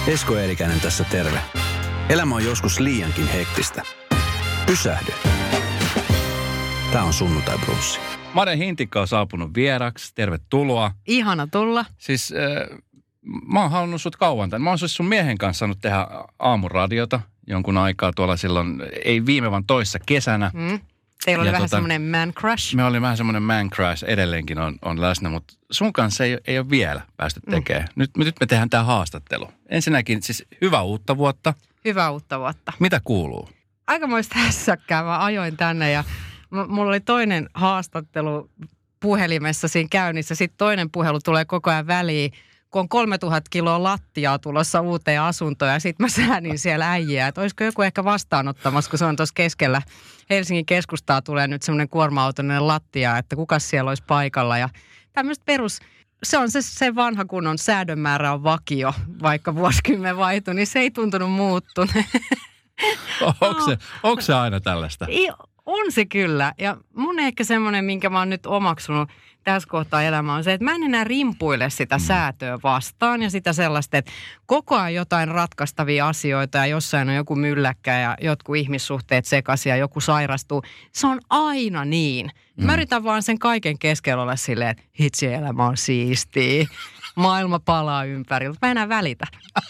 Esko Eerikäinen tässä terve. Elämä on joskus liiankin hektistä. Pysähdy. Tää on Sunnuntai Brunssi. Made Hintikka on saapunut vieraksi. Tervetuloa. Ihana tulla. Siis mä oon halunnut sut kauan tämän. Mä oon siis sun miehen kanssa saanut tehdä aamuradiota jonkun aikaa tuolla silloin, ei viime vaan toissa kesänä. Teillä oli vähän semmoinen man crush. Me oli vähän semmoinen man crush, edelleenkin on läsnä, mutta sun kanssa ei ole vielä päästy tekemään. Nyt me tehdään tää haastattelu. Ensinnäkin siis hyvää uutta vuotta. Hyvää uutta vuotta. Mitä kuuluu? Aikamoista hässäkkää. Mä ajoin tänne ja mulla oli toinen haastattelu puhelimessa siinä käynnissä. Sitten toinen puhelu tulee koko ajan väliin, kun on 3000 kiloa lattiaa tulossa uuteen asuntoon. Ja sitten mä säädin siellä äijää, että olisiko joku ehkä vastaanottamassa, kun se on tuossa keskellä. Helsingin keskustaa tulee nyt semmoinen kuorma-autoinen lattia, että kukas siellä olisi paikalla. Ja tämmöistä se on se vanha kunnon säädönmäärä on vakio, vaikka vuosikymmen vaihtui, niin se ei tuntunut muuttuneen. Onko se aina tällaista? On se kyllä. Ja mun ehkä semmoinen, minkä mä oon nyt omaksunut tässä kohtaa elämää on se, että mä en enää rimpuile sitä säätöä vastaan ja sitä sellaista, että koko ajan jotain ratkaistavia asioita ja jossain on joku mylläkkä ja jotkut ihmissuhteet sekaisin ja joku sairastuu. Se on aina niin. Mä yritän vaan sen kaiken keskellä olla silleen, että hitsi elämä on siistiä. Maailma palaa ympäriltä. Mä enää välitä.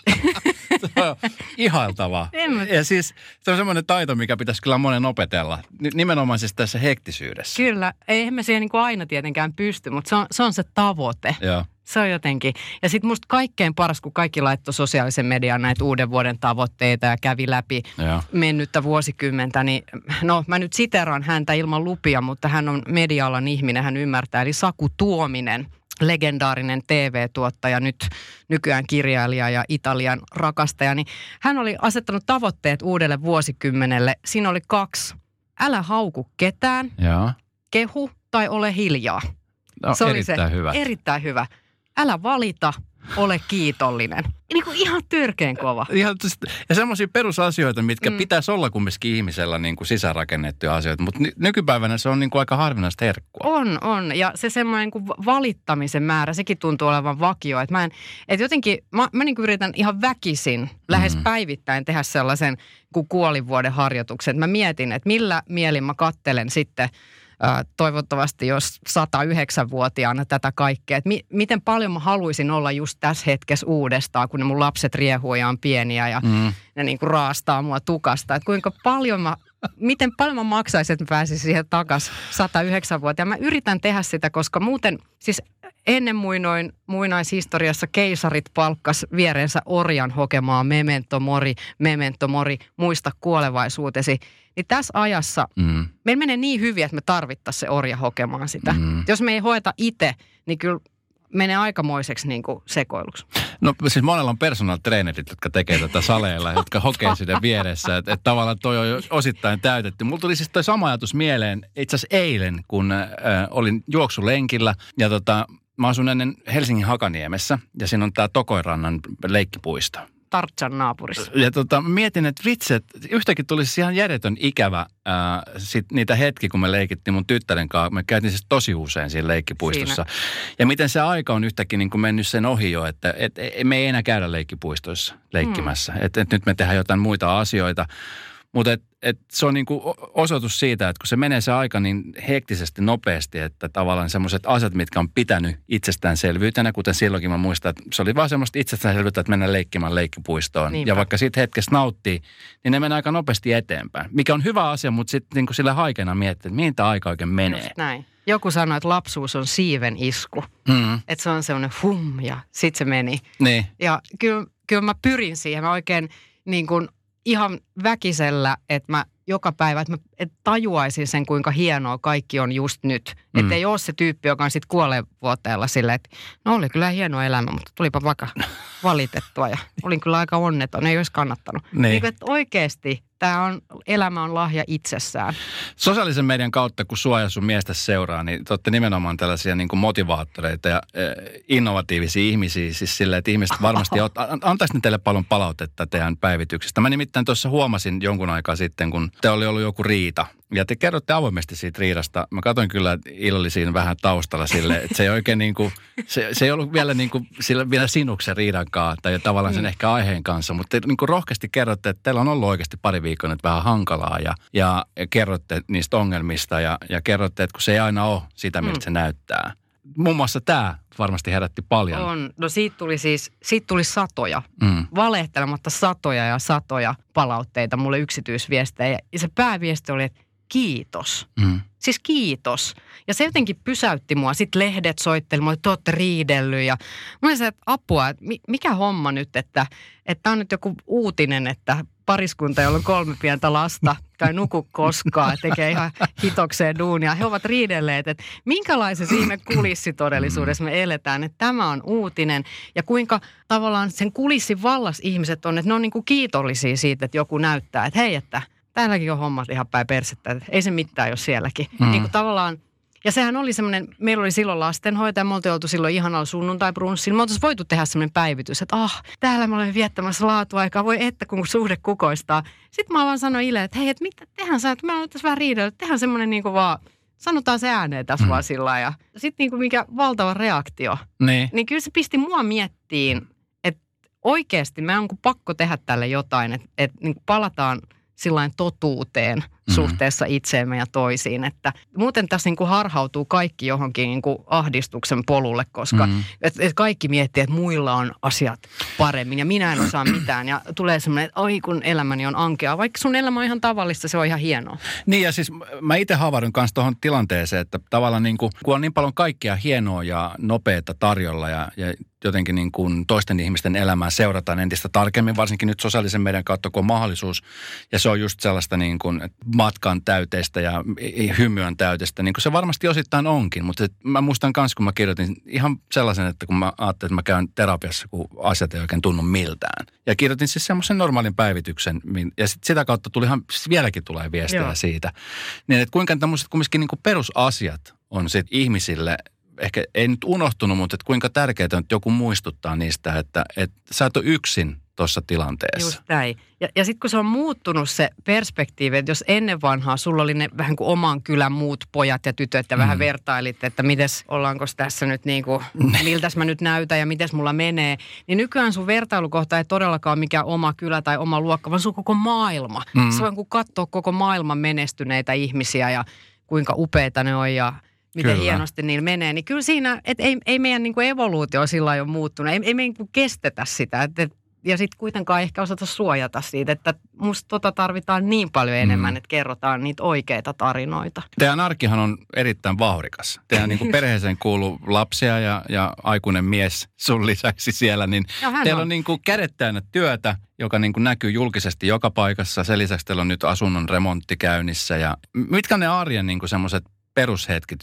Ihailtavaa. Ja siis se on semmoinen taito, mikä pitäisi kyllä monen opetella. Nimenomaan siis tässä hektisyydessä. Kyllä. Eihän me siihen niin kuin aina tietenkään pysty, mutta se on se tavoite. Joo. Se on jotenkin. Ja sitten musta kaikkein paras, kun kaikki laittoi sosiaalisen median näitä uuden vuoden tavoitteita ja kävi läpi mennyttä vuosikymmentä, niin no mä nyt siteeraan häntä ilman lupia, mutta hän on media-alan ihminen, hän ymmärtää. Eli Saku Tuominen, legendaarinen TV-tuottaja, nyt nykyään kirjailija ja Italian rakastaja, niin hän oli asettanut tavoitteet uudelle vuosikymmenelle. Siinä oli 2. Älä hauku ketään, kehu tai ole hiljaa. No, se erittäin hyvä. Erittäin hyvä. Älä valita, ole kiitollinen. Niin kuin ihan törkeen kova. Ja semmoisia perusasioita, mitkä pitäisi olla kumminkin ihmisellä niin kuin sisäänrakennettuja asioita, mutta nykypäivänä se on niin kuin aika harvinaista herkkua. On. Ja se semmoinen kuin valittamisen määrä, sekin tuntuu olevan vakio. Että jotenkin, mä niin kuin yritän ihan väkisin lähes päivittäin tehdä sellaisen kuin kuolinvuoden harjoituksen. Mä mietin, että millä mielin mä kattelen sitten toivottavasti jos 109-vuotiaana tätä kaikkea, että miten paljon mä haluaisin olla just tässä hetkessä uudestaan, kun ne mun lapset riehuu ja on pieniä ja ne niin kuin raastaa mua tukasta. Että miten paljon mä maksaisin, että mä pääsisin siihen takaisin 109-vuotiaana. Mä yritän tehdä sitä, koska muuten siis ennen muinaishistoriassa keisarit palkkas viereensä orjan hokemaan memento mori, muista kuolevaisuutesi. Niin tässä ajassa meillä menee niin hyvin, että me tarvittaisiin se orja hokemaan sitä. Jos me ei hoeta itse, niin kyllä menee aikamoiseksi niin kuin sekoiluksi. No siis monella on personal trainerit, jotka tekee tätä saleilla, jotka hokee sitä vieressä. Että tavallaan toi on osittain täytetty. Mulla tuli siis toi sama ajatus mieleen itse asiassa eilen, kun olin juoksulenkillä ja mä asun ennen Helsingin Hakaniemessä ja siinä on tää Tokoirannan leikkipuisto. Tartsan naapurissa. Ja mietin, että vitsi, että yhtäkkiä tulisi ihan järjetön ikävä niitä hetki, kun me leikittiin mun tyttären kanssa. Me käytiin siis tosi usein siinä leikkipuistossa. Siinä. Ja miten se aika on yhtäkkiä niin kuin mennyt sen ohi jo, että me ei enää käydä leikkipuistoissa leikkimässä. Että nyt me tehdään jotain muita asioita. Mutta se on niinku osoitus siitä, että kun se menee se aika niin hektisesti, nopeasti, että tavallaan semmoiset asiat, mitkä on pitänyt itsestäänselvyytenä, kuten silloinkin mä muistan, että se oli vaan semmoista itsestäänselvyyttä, että mennään leikkimään leikkipuistoon. Niinpä. Ja vaikka siitä hetkestä nauttii, niin ne menee aika nopeasti eteenpäin. Mikä on hyvä asia, mutta sitten niinku sillä haikeena miettii, että mihin tämä aika oikein menee. Just näin. Joku sanoi, että lapsuus on siiven isku. Että se on semmoinen hum ja sitten se meni. Niin. Ja kyllä mä pyrin siihen. Mä oikein niin kuin ihan väkisellä, että mä joka päivä, että mä tajuaisin sen, kuinka hienoa kaikki on just nyt. Että ei ole se tyyppi, joka on sitten kuolevuoteella silleen, että no oli kyllä hieno elämä, mutta tulipa vaikka valitettua ja olin kyllä aika onneton, ei olisi kannattanut. Niin, että oikeasti elämä on lahja itsessään. Sosiaalisen median kautta, kun sua ja sun miestä seuraa, niin te olette nimenomaan tällaisia niin kuin motivaattoreita ja innovatiivisia ihmisiä. Siis silleen, että ihmiset varmasti antaisi ne teille paljon palautetta teidän päivityksistä. Mä nimittäin tuossa huomasin jonkun aikaa sitten, kun te oli ollut joku riita Ja te kerrotte avoimesti siitä riidasta. Mä katsoin kyllä, että Ilo oli siinä vähän taustalla silleen, että se ei oikein niin kuin, se ei ollut vielä niin kuin, sillä vielä sinuksen riidankaan tai tavallaan sen ehkä aiheen kanssa. Mutta te niin kuin rohkeasti kerrotte, että teillä on ollut oikeasti pari viikkoa nyt vähän hankalaa ja kerrotte niistä ongelmista ja kerrotte, että kun se ei aina ole sitä, miltä se näyttää. Muun muassa tämä varmasti herätti paljon. On. No siitä tuli satoja. Valehtelematta satoja palautteita mulle yksityisviestejä. Ja se pääviesti oli, että kiitos. Siis kiitos. Ja se jotenkin pysäytti mua. Sitten lehdet soitteli, että te olette riidellyt. Ja mä olisin, että apua, että mikä homma nyt, että on nyt joku uutinen, että pariskunta, jolla on 3 pientä lasta, tai nuku koskaan, tekee ihan hitokseen duunia. He ovat riidelleet, että minkälaisessa ihme kulissitodellisuudessa me eletään, että tämä on uutinen. Ja kuinka tavallaan sen kulissin vallas ihmiset on, että ne on niin kuin kiitollisia siitä, että joku näyttää, että hei, että täälläkin on hommat ihan päin persettä, että ei se mitään, jos sielläkin. Niin kuin tavallaan, ja sehän oli semmoinen, meillä oli silloin lastenhoitaja, me oltiin oltu silloin ihanalla sunnuntai-brunssilla. Me oltaisiin voitu tehdä semmoinen päivitys, että täällä me olemme viettämässä laatuaikaa, voi että kun suhde kukoistaa. Sitten mä vaan sanoin Ile, että hei, että mitä tehdään sä, että mä olen tässä vähän riidellä, tehdään semmoinen niin kuin vaan, sanotaan se ääneen tässä vaan sillä lailla. Ja sitten niin kuin mikä valtava reaktio. Niin kyllä se pisti mua miettiin, että oikeasti meidän on pakko tehdä tälle jotain, että niin kuin palataan sillain totuuteen suhteessa itseemme ja toisiin, että muuten tässä niin kuin harhautuu kaikki johonkin niin kuin ahdistuksen polulle, koska et kaikki miettii, että muilla on asiat paremmin ja minä en osaa mitään ja tulee semmoinen, että oi kun elämäni on ankeaa, vaikka sun elämä on ihan tavallista, se on ihan hienoa. Niin ja siis mä itse havahdun kanssa tuohon tilanteeseen, että tavallaan niin kuin, kun on niin paljon kaikkea hienoa ja nopeata tarjolla ja jotenkin niin kuin toisten ihmisten elämää seurataan entistä tarkemmin, varsinkin nyt sosiaalisen median kautta, kun on mahdollisuus. Ja se on just sellaista niin kuin matkan täyteistä ja hymyön täyteistä, niin kuin se varmasti osittain onkin. Mutta mä muistan myös, kun mä kirjoitin ihan sellaisen, että kun mä ajattelin, että mä käyn terapiassa, kun asiat ei oikein tunnu miltään. Ja kirjoitin siis semmoisen normaalin päivityksen, ja sitä kautta vieläkin tulee viestejä siitä. Niin, että kuinka tämmöiset kumminkin niin kuin perusasiat on sitten ihmisille, ehkä ei nyt unohtunut, mutta että kuinka tärkeää on, että joku muistuttaa niistä, että sä et ole yksin tuossa tilanteessa. Just näin. Ja sitten kun se on muuttunut se perspektiivi, että jos ennen vanhaa sulla oli ne vähän kuin oman kylän muut pojat ja tytöt ja vähän vertailit, että mites ollaanko tässä nyt niin kuin, miltäs mä nyt näytän ja mites mulla menee, niin nykyään sun vertailukohta ei todellakaan ole mikään oma kylä tai oma luokka, vaan sun koko maailma. Se on kuin katsoa koko maailman menestyneitä ihmisiä ja kuinka upeita ne on ja miten hienosti niillä menee, niin kyllä siinä, että ei meidän niin kuin evoluutio sillä lailla ole muuttunut. Ei me niin kuin kestetä sitä. Ja sitten kuitenkaan ehkä osata suojata siitä, että musta tarvitaan niin paljon enemmän, että kerrotaan niitä oikeita tarinoita. Teidän arkihan on erittäin vauhdikas. Teidän niin kuin perheeseen kuuluu lapsia ja aikuinen mies sun lisäksi siellä, niin teillä on niin kuin kädet täynnä työtä, joka niin kuin näkyy julkisesti joka paikassa. Sen lisäksi teillä on nyt asunnon remontti käynnissä. Ja mitkä ne arjen niin kuin semmoiset perushetkit,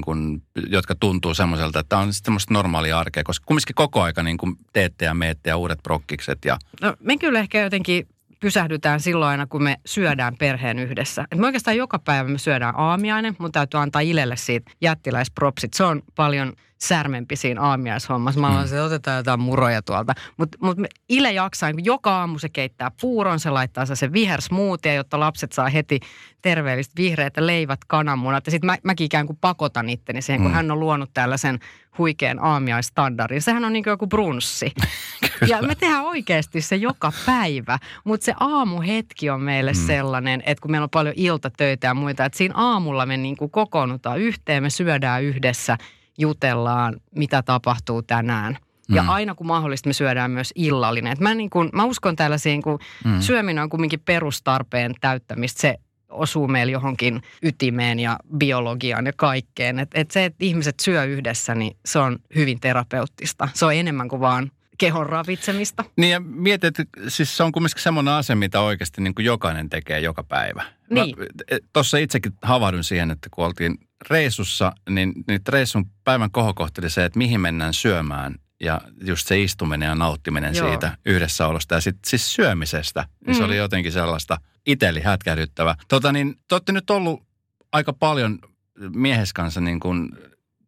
jotka tuntuu semmoiselta, että on semmoista normaalia arkea, koska kumminkin koko aika niin kuin teette ja meette ja uudet prokkikset. No, me kyllä ehkä jotenkin pysähdytään silloin aina, kun me syödään perheen yhdessä. Et me oikeastaan joka päivä me syödään aamiainen. Mun täytyy antaa Ilelle siitä jättiläispropsit. Se on paljon särmempi siinä aamiaishommassa. Mä olen se, otetaan jotain muroja tuolta. Mutta Ile jaksaa, kun joka aamu se keittää puuron, se laittaa sen vihersmoothie, jotta lapset saa heti terveellistä vihreitä leivät, kananmunat. Ja sitten mäkin ikään kuin pakotan itteni siihen, kun hän on luonut tällaisen huikean aamiaisstandardin. Sehän on niin kuin joku brunssi. Ja me tehdään oikeasti se joka päivä. Mutta se aamuhetki on meille sellainen, että kun meillä on paljon iltatöitä ja muita, että siinä aamulla me niin kuin kokoonnutaan yhteen, me syödään yhdessä, jutellaan, mitä tapahtuu tänään. Ja aina kun mahdollista, me syödään myös illallinen. Et mä uskon tällaisiin, kun syöminen on kumminkin perustarpeen täyttämistä. Se osuu meillä johonkin ytimeen ja biologiaan ja kaikkeen. Et se, että ihmiset syö yhdessä, niin se on hyvin terapeuttista. Se on enemmän kuin vaan kehon ravitsemista. Niin ja mietit, että siis se on kumminkin semmoinen asia, mitä oikeasti niin kuin jokainen tekee joka päivä. Niin. Tuossa itsekin havahdun siihen, että kun oltiin reissussa, niin reissun päivän kohokohta oli se, että mihin mennään syömään. Ja just se istuminen ja nauttiminen siitä yhdessäolosta ja sitten siis syömisestä. Niin se oli jotenkin sellaista itseli hätkähdyttävä. Te olette nyt ollut aika paljon miehes kanssa niin kuin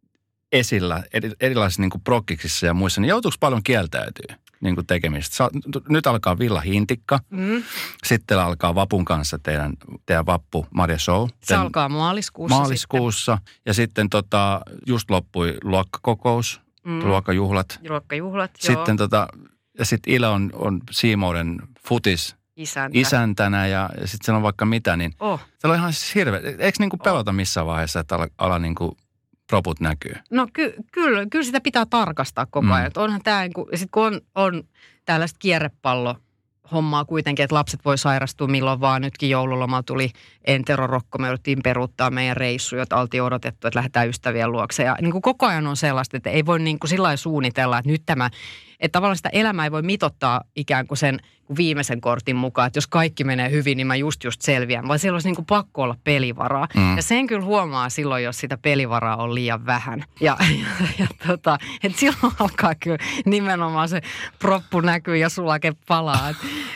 esillä erilaisissa niin kuin prokkiksissa ja muissa, niin joutuuko paljon kieltäytyä niin kuin tekemistä? Nyt alkaa Villa Hintikka, sitten alkaa Vapun kanssa teidän Vappu Marja Show. Se alkaa maaliskuussa. Ja sitten just loppui luokkakokous, luokkajuhlat. Luokkajuhlat, joo. Sitten ja sitten Ile on C-Moden futis isäntänä ja sitten siellä on vaikka mitä, niin se on ihan siis hirveä. Eikö niinku pelota missään vaiheessa, että ala niinku proput näkyy? No kyllä sitä pitää tarkastaa koko ajan. Onhan tämä, ja sitten kun on tällaista kierrepallohommaa kuitenkin, että lapset voi sairastua milloin vaan. Nytkin joululomalla tuli enterorokko, me jouduttiin peruuttaa meidän reissu, jota oltiin odotettu, että lähdetään ystävien luokse. Ja niin kuin koko ajan on sellaista, että ei voi niin kuin sillä lailla suunnitella, että nyt että tavallaan sitä elämää ei voi mitottaa ikään kuin sen viimeisen kortin mukaan, että jos kaikki menee hyvin, niin mä just selviän, vaan siellä olisi niin kuin pakko olla pelivaraa. Ja sen kyllä huomaa silloin, jos sitä pelivaraa on liian vähän. Että silloin alkaa kyllä nimenomaan se proppu näkyy ja sulake palaa.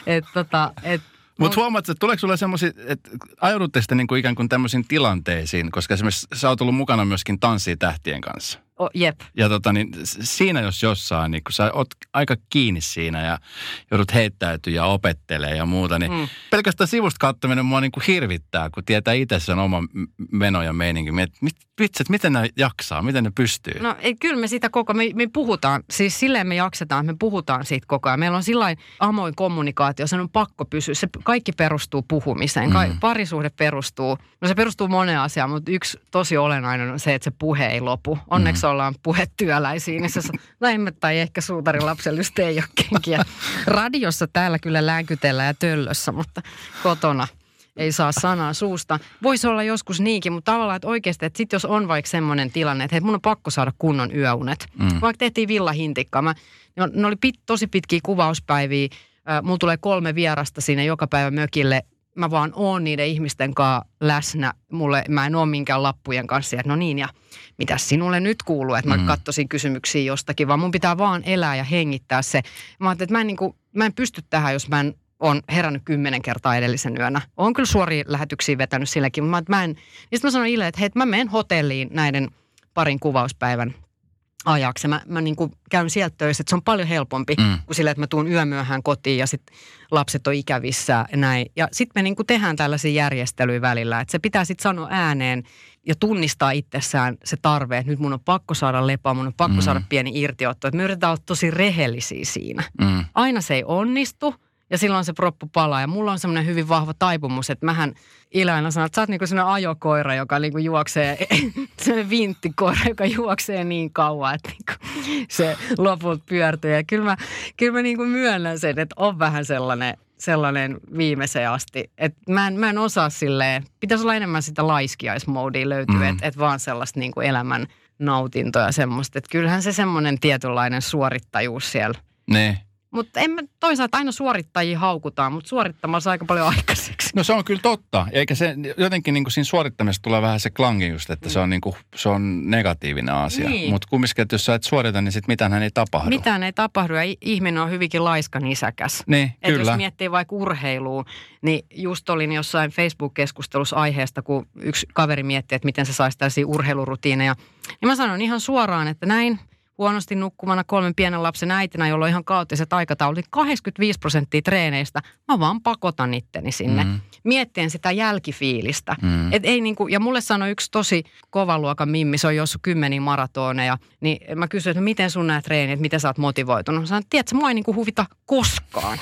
Mutta huomaatko, että tuleeko sulle semmoisia, että ajaudutte sitten niin kuin ikään kuin tämmöisiin tilanteisiin, koska esimerkiksi sä oot ollut mukana myöskin Tanssii tähtien kanssa. Jep. Ja niin siinä jos jossain, niin kun sä oot aika kiinni siinä ja joudut heittäytyä ja opettelee ja muuta, niin pelkästään sivusta katsominen mua niin kuin hirvittää, kun tietää itse sen oman meno ja meininki. Vitset, miten ne jaksaa, miten ne pystyy? No kyllä me sitä me puhutaan, siis silleen me jaksetaan, me puhutaan siitä koko ajan. Meillä on sillain avoin kommunikaatio, sen on pakko pysyä. Se kaikki perustuu puhumiseen, parisuhde perustuu, no se perustuu moneen asiaan, mutta yksi tosi olennainen on se, että se puhe ei lopu. Onneksi ollaan puhetyöläisiä, niin se tai ehkä suutarin lapsellista ei ole kenkiä. Radiossa täällä kyllä länkytellään ja töllössä, mutta kotona ei saa sanaa suusta. Voisi olla joskus niinkin, mutta tavallaan, että oikeasti, että sitten jos on vaikka semmoinen tilanne, että hei, mun on pakko saada kunnon yöunet. Vaikka tehtiin Villa Hintikkaa, ne oli tosi pitkiä kuvauspäiviä. Mulla tulee 3 vierasta siinä joka päivä mökille. Mä vaan oon niiden ihmisten kanssa läsnä. Mä en ole minkään lappujen kanssa, että no niin, ja mitäs sinulle nyt kuuluu, että mä katsoisin kysymyksiä jostakin, vaan mun pitää vaan elää ja hengittää se. Mä ajattelin, että mä en pysty tähän, jos mä on herännyt 10 kertaa edellisen yönä. Oon kyllä suoria lähetyksiä vetänyt silläkin, mutta mä en. Niin sitten mä sanoin Ile, että hei, mä menen hotelliin näiden parin kuvauspäivän ajaksi. Mä niin kuin käyn sieltä töissä, että se on paljon helpompi kuin sillä, että mä tuun yömyöhään kotiin ja sitten lapset on ikävissä ja näin. Ja sitten me niin kuin tehdään tällaisia järjestelyjä välillä, että se pitää sitten sanoa ääneen ja tunnistaa itsessään se tarve, että nyt mun on pakko saada lepoa, mun on pakko saada pieni irtiotto. Että me yritetään olla tosi rehellisiä siinä. Aina se ei onnistu. Ja silloin se proppu palaa. Ja mulla on semmoinen hyvin vahva taipumus, että mähän Ilaina sanoo, että sä oot niinku semmoinen ajokoira, joka niinku juoksee, semmoinen vinttikoira, joka juoksee niin kauan, että niinku se lopulta pyörtyy. Ja kyllä mä niinku myönnän sen, että on vähän sellainen viimeiseen asti. Että mä en osaa silleen, pitäisi olla enemmän sitä laiskiaismoodia löytyy, että vaan sellaista niinku elämän nautintoa ja semmoista. Että kyllähän se semmoinen tietynlainen suorittajuus siellä. Ne. Mutta toisaalta aina suorittajia haukutaan, mutta suorittamassa aika paljon aikaiseksi. No se on kyllä totta. Eikä se jotenkin niin kuin siinä suorittamisessa tulee vähän se klangi just, että se on, niin kuin, se on negatiivinen asia. Niin. Mutta kumminkin, että jos sä et suorita, niin sitten mitään ei tapahdu. Mitään ei tapahdu ja ihminen on hyvinkin laiskan isäkäs. Niin, kyllä. Jos miettii vaikka urheilua, niin just olin jossain Facebook-keskustelussa aiheesta, kun yksi kaveri mietti, että miten se saisi tällaisia urheilurutiineja. Niin mä sanon ihan suoraan, että näin. Huonosti nukkuvana 3 pienen lapsen äitinä, jolla on ihan kaoottiset aikataulut, 85% treeneistä, mä vaan pakotan itteni sinne. Miettien sitä jälkifiilistä. Et ei niinku, ja mulle sanoi yksi tosi kovan luokan mimmi, se on jossut 10 maratoneja, niin mä kysyin, että miten sun nämä treenit, miten sä oot motivoitunut. Mä sanoin, että tiedätkö, mua ei niinku huvita koskaan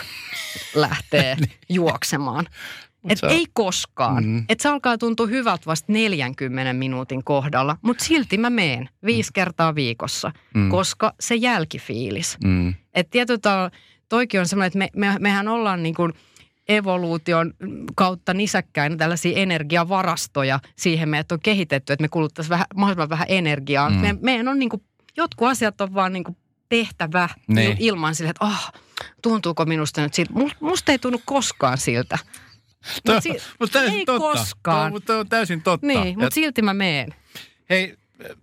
lähtee juoksemaan. Että ei koskaan. Että se alkaa tuntua hyvältä vasta 40 minuutin kohdalla, mutta silti mä meen 5 kertaa viikossa, koska se jälkifiilis. Että tietyllä toikin on semmoinen, että mehän ollaan niin kuin evoluution kautta nisäkkäin tällaisia energiavarastoja siihen meidät on kehitetty, että me kuluttaisiin mahdollisimman vähän energiaa. Meidän on niin kuin, jotkut asiat on vaan niin kuin tehtävä ilman sille, että tuntuuko minusta nyt siltä. Musta ei tunnu koskaan siltä. Mutta ei totta. Koskaan. Mutta on täysin totta. Niin, mutta silti mä meen. Hei,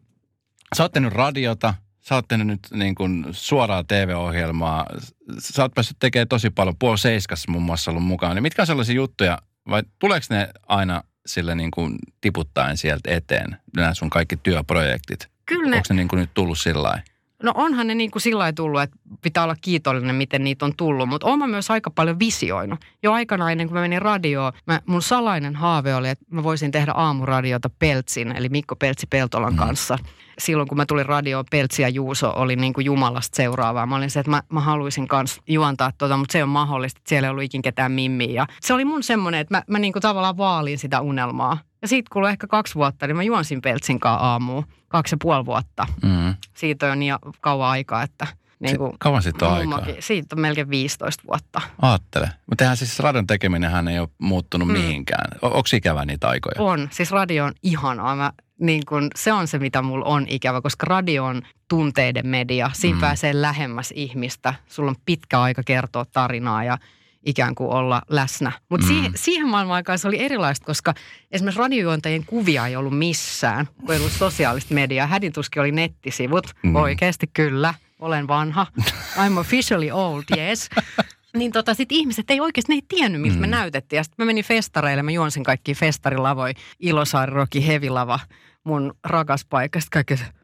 sä oot tehnyt radiota, sä oot tehnyt nyt niin kuin suoraa TV-ohjelmaa. Sä oot päässyt tekemään tosi paljon, 6:30 muun muassa ollut mukaan. Niin mitkä on sellaisia juttuja, vai tuleeko ne aina sille niin kuin tiputtaen sieltä eteen, nämä sun kaikki työprojektit? onko ne niin kuin nyt tullut sillä lailla? No onhan ne niin kuin sillä lailla tullut, että pitää olla kiitollinen, miten niitä on tullut. Mutta oon mä myös aika paljon visioinut. Jo aikana ennen kuin mä menin radioon, mun salainen haave oli, että mä voisin tehdä aamuradiota Peltsin, eli Mikko Peltsi-Peltolan kanssa. Silloin kun mä tulin radioon, Peltsi ja Juuso oli niin kuin Jumalasta seuraavaa. Mä olin se, että mä haluaisin kanssa juontaa mutta se ei ole mahdollista, että siellä ei ollut ikin ketään mimmiä. Ja se oli mun semmoinen, että mä niin kuin tavallaan vaalin sitä unelmaa. Ja siitä kului ehkä 2 vuotta, niin mä juonsin Peltsin kanssa aamuun 2,5 vuotta. Siitä on niin kauan aikaa, että... Niin kuin, kauan siitä on aikaa? Siitä on melkein 15 vuotta. Aattele. Mutta eihän siis radion tekeminenhän ei ole muuttunut mihinkään. Onko ikävä niitä aikoja? On. Siis radio on ihanaa. Se on se, mitä mulla on ikävä, koska radio on tunteiden media. Siinä pääsee lähemmäs ihmistä. Sulla on pitkä aika kertoa tarinaa ja ikään kuin olla läsnä. Mutta siihen maailman aikaan se oli erilaista, koska esimerkiksi radiojuontajien kuvia ei ollut missään, kun ei ollut sosiaalista mediaa. Hädintuskin oli nettisivut. Oikeasti kyllä. Olen vanha. I'm officially old, yes. Niin sit ihmiset ei oikeasti, ne ei tiennyt, miltä me näytettiin. Ja sitten mä menin festareille, mä juonsin kaikki festarilavoja, Ilosaari Roki, Hevilava, mun rakas paikka. Sitten kaikki se,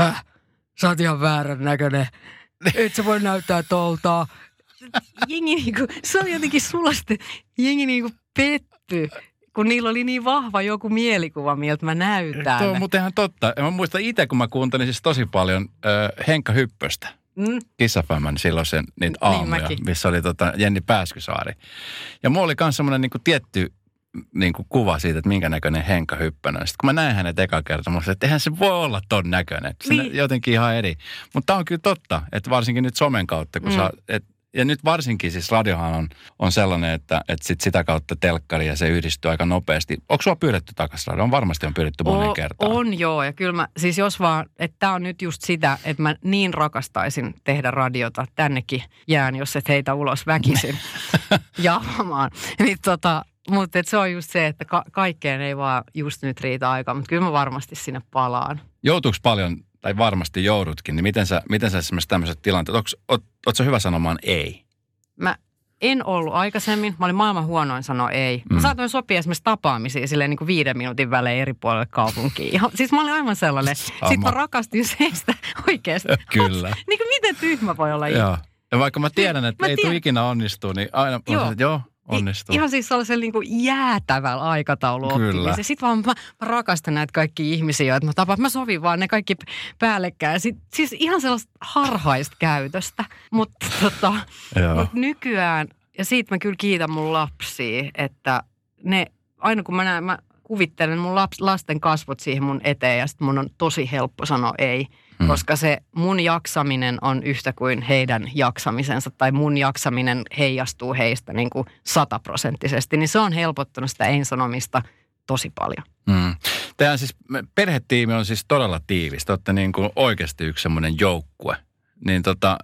sä oot ihan väärän näköinen. Et sä voi näyttää tolta. Jengi niinku, se oli jotenkin sulasti. Jengi niinku petty, kun niillä oli niin vahva joku mielikuva, miltä mä näytän. Tuo on muuten ihan totta. Mä muistan itse, kun mä kuuntelin siis tosi paljon Henkka Hyppöstä. Kiss FM:n silloin niitä aamuja, missä oli Jenni Pääskysaari. Ja mulla oli myös semmoinen niinku tietty niinku kuva siitä, että minkä näköinen Henkka Hyppönen. Sitten kun mä näin hänet eka kertaa, mä sanoin, että eihän se voi olla ton näköinen. Se jotenkin ihan eri. Mutta tää on kyllä totta, että varsinkin nyt somen kautta, kun ja nyt varsinkin siis radiohan on sellainen, että sitä kautta telkkari ja se yhdistyy aika nopeasti. Onko sua pyydetty takaisin radioon? Varmasti on pyydetty monen kertaan. On joo, ja kyllä mä, siis jos vaan, että tää on nyt just sitä, että mä niin rakastaisin tehdä radiota. Tännekin jään, jos et heitä ulos väkisin jaamaan. Niin mutta se on just se, että kaikkeen ei vaan just nyt riitä aikaa, mutta kyllä mä varmasti sinne palaan. Joutuuko paljon, tai varmasti joudutkin, niin miten sä esimerkiksi tämmöiset tilanteet, ootko sä hyvä sanomaan ei? Mä en ollut aikaisemmin, mä olin maailman huonoin sanoa ei. Mä saatoin sopia esimerkiksi tapaamisia silleen niin kuin 5 minuutin välein eri puolelle kaupunkiin. Siis mä olin aivan sellainen. Sitten mä rakastin seistä oikeasti. Kyllä. Niin kuin miten tyhmä voi olla? Joo. Ja vaikka mä tiedän, että ei tule ikinä onnistua, niin aina joo. Onnistuu. Ihan siis sellaisen niin kuin jäätävällä aikatauluoppimisen. Sitten vaan mä rakastan näitä kaikkia ihmisiä, että mä sovin vaan ne kaikki päällekkäin. Siis ihan sellaista harhaista käytöstä. Mutta nykyään, ja siitä mä kyllä kiitän mun lapsia, että ne, aina kun mä kuvittelen mun lasten kasvot siihen mun eteen ja sitten mun on tosi helppo sanoa ei. Koska se mun jaksaminen on yhtä kuin heidän jaksamisensa tai mun jaksaminen heijastuu heistä niin kuin 100%. Niin se on helpottanut sitä ei-sanomista tosi paljon. Teidän siis perhetiimi on siis todella tiivis. Te olette niin kuin oikeasti yksi semmoinen joukkue. Niin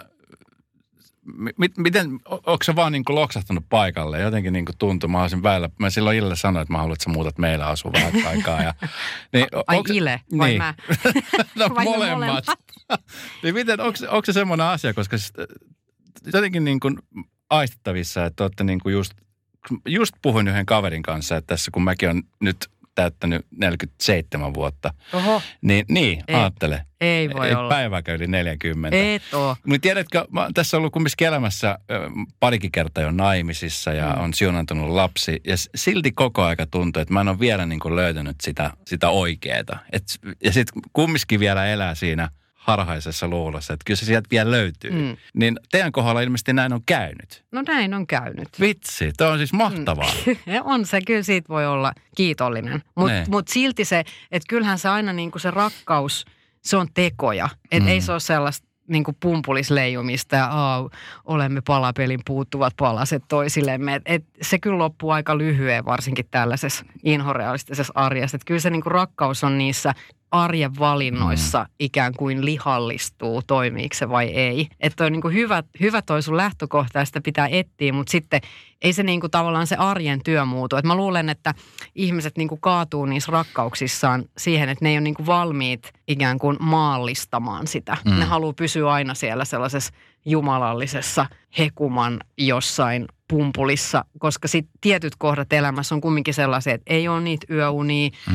miten, onko se vaan niin kuin loksahtanut paikalle? Jotenkin niin kuin tuntuu, mä olisin väillä. Mä silloin Ille sanoin, että mä haluan, että sä muutat meillä asua vähän aikaa. Ja, niin, Ile vai niin. mä? No molemmat. Niin miten, onko se semmoinen asia, koska siis, jotenkin niin kuin aistettavissa, että olette niin kuin just puhuin yhden kaverin kanssa, että tässä kun mäkin on nyt täyttänyt 47 vuotta. Oho. Niin ajattele. Ei voi olla. Päivääkö yli 40. Et oo. Mutta tiedätkö, mä tässä on ollut kumminkin elämässä parikin kertaa jo naimisissa ja on siunantunut lapsi. Ja silti koko aika tuntuu, että mä en ole vielä niin kuin löytänyt sitä oikeeta. Ja sitten kumminkin vielä elää siinä harhaisessa luulossa, että kyllä se sieltä vielä löytyy. Niin teidän kohdalla ilmeisesti näin on käynyt. No näin on käynyt. Vitsi, toi on siis mahtavaa. On se, kyllä siitä voi olla kiitollinen. Mutta silti se, että kyllähän se aina niin kuin se rakkaus, se on tekoja. Että ei se ole sellaista niin kuin pumpulisleijumista ja olemme palapelin puuttuvat palaset toisillemme. Et se kyllä loppuu aika lyhyen, varsinkin tällaisessa inhorealistisessa arjessa. Että kyllä se niin kuin rakkaus on niissä arjen valinnoissa ikään kuin lihallistuu, toimiiko se vai ei. Että on niin kuin hyvä toi sun lähtökohta ja sitä pitää etsiä, mutta sitten ei se niin kuin tavallaan se arjen työ muutu. Et mä luulen, että ihmiset niin kuin kaatuu niissä rakkauksissaan siihen, että ne ei ole niin kuin valmiit ikään kuin maallistamaan sitä. Ne haluaa pysyä aina siellä sellaisessa jumalallisessa hekuman jossain pumpulissa, koska sitten tietyt kohdat elämässä on kumminkin sellaisia, että ei ole niitä yöunia,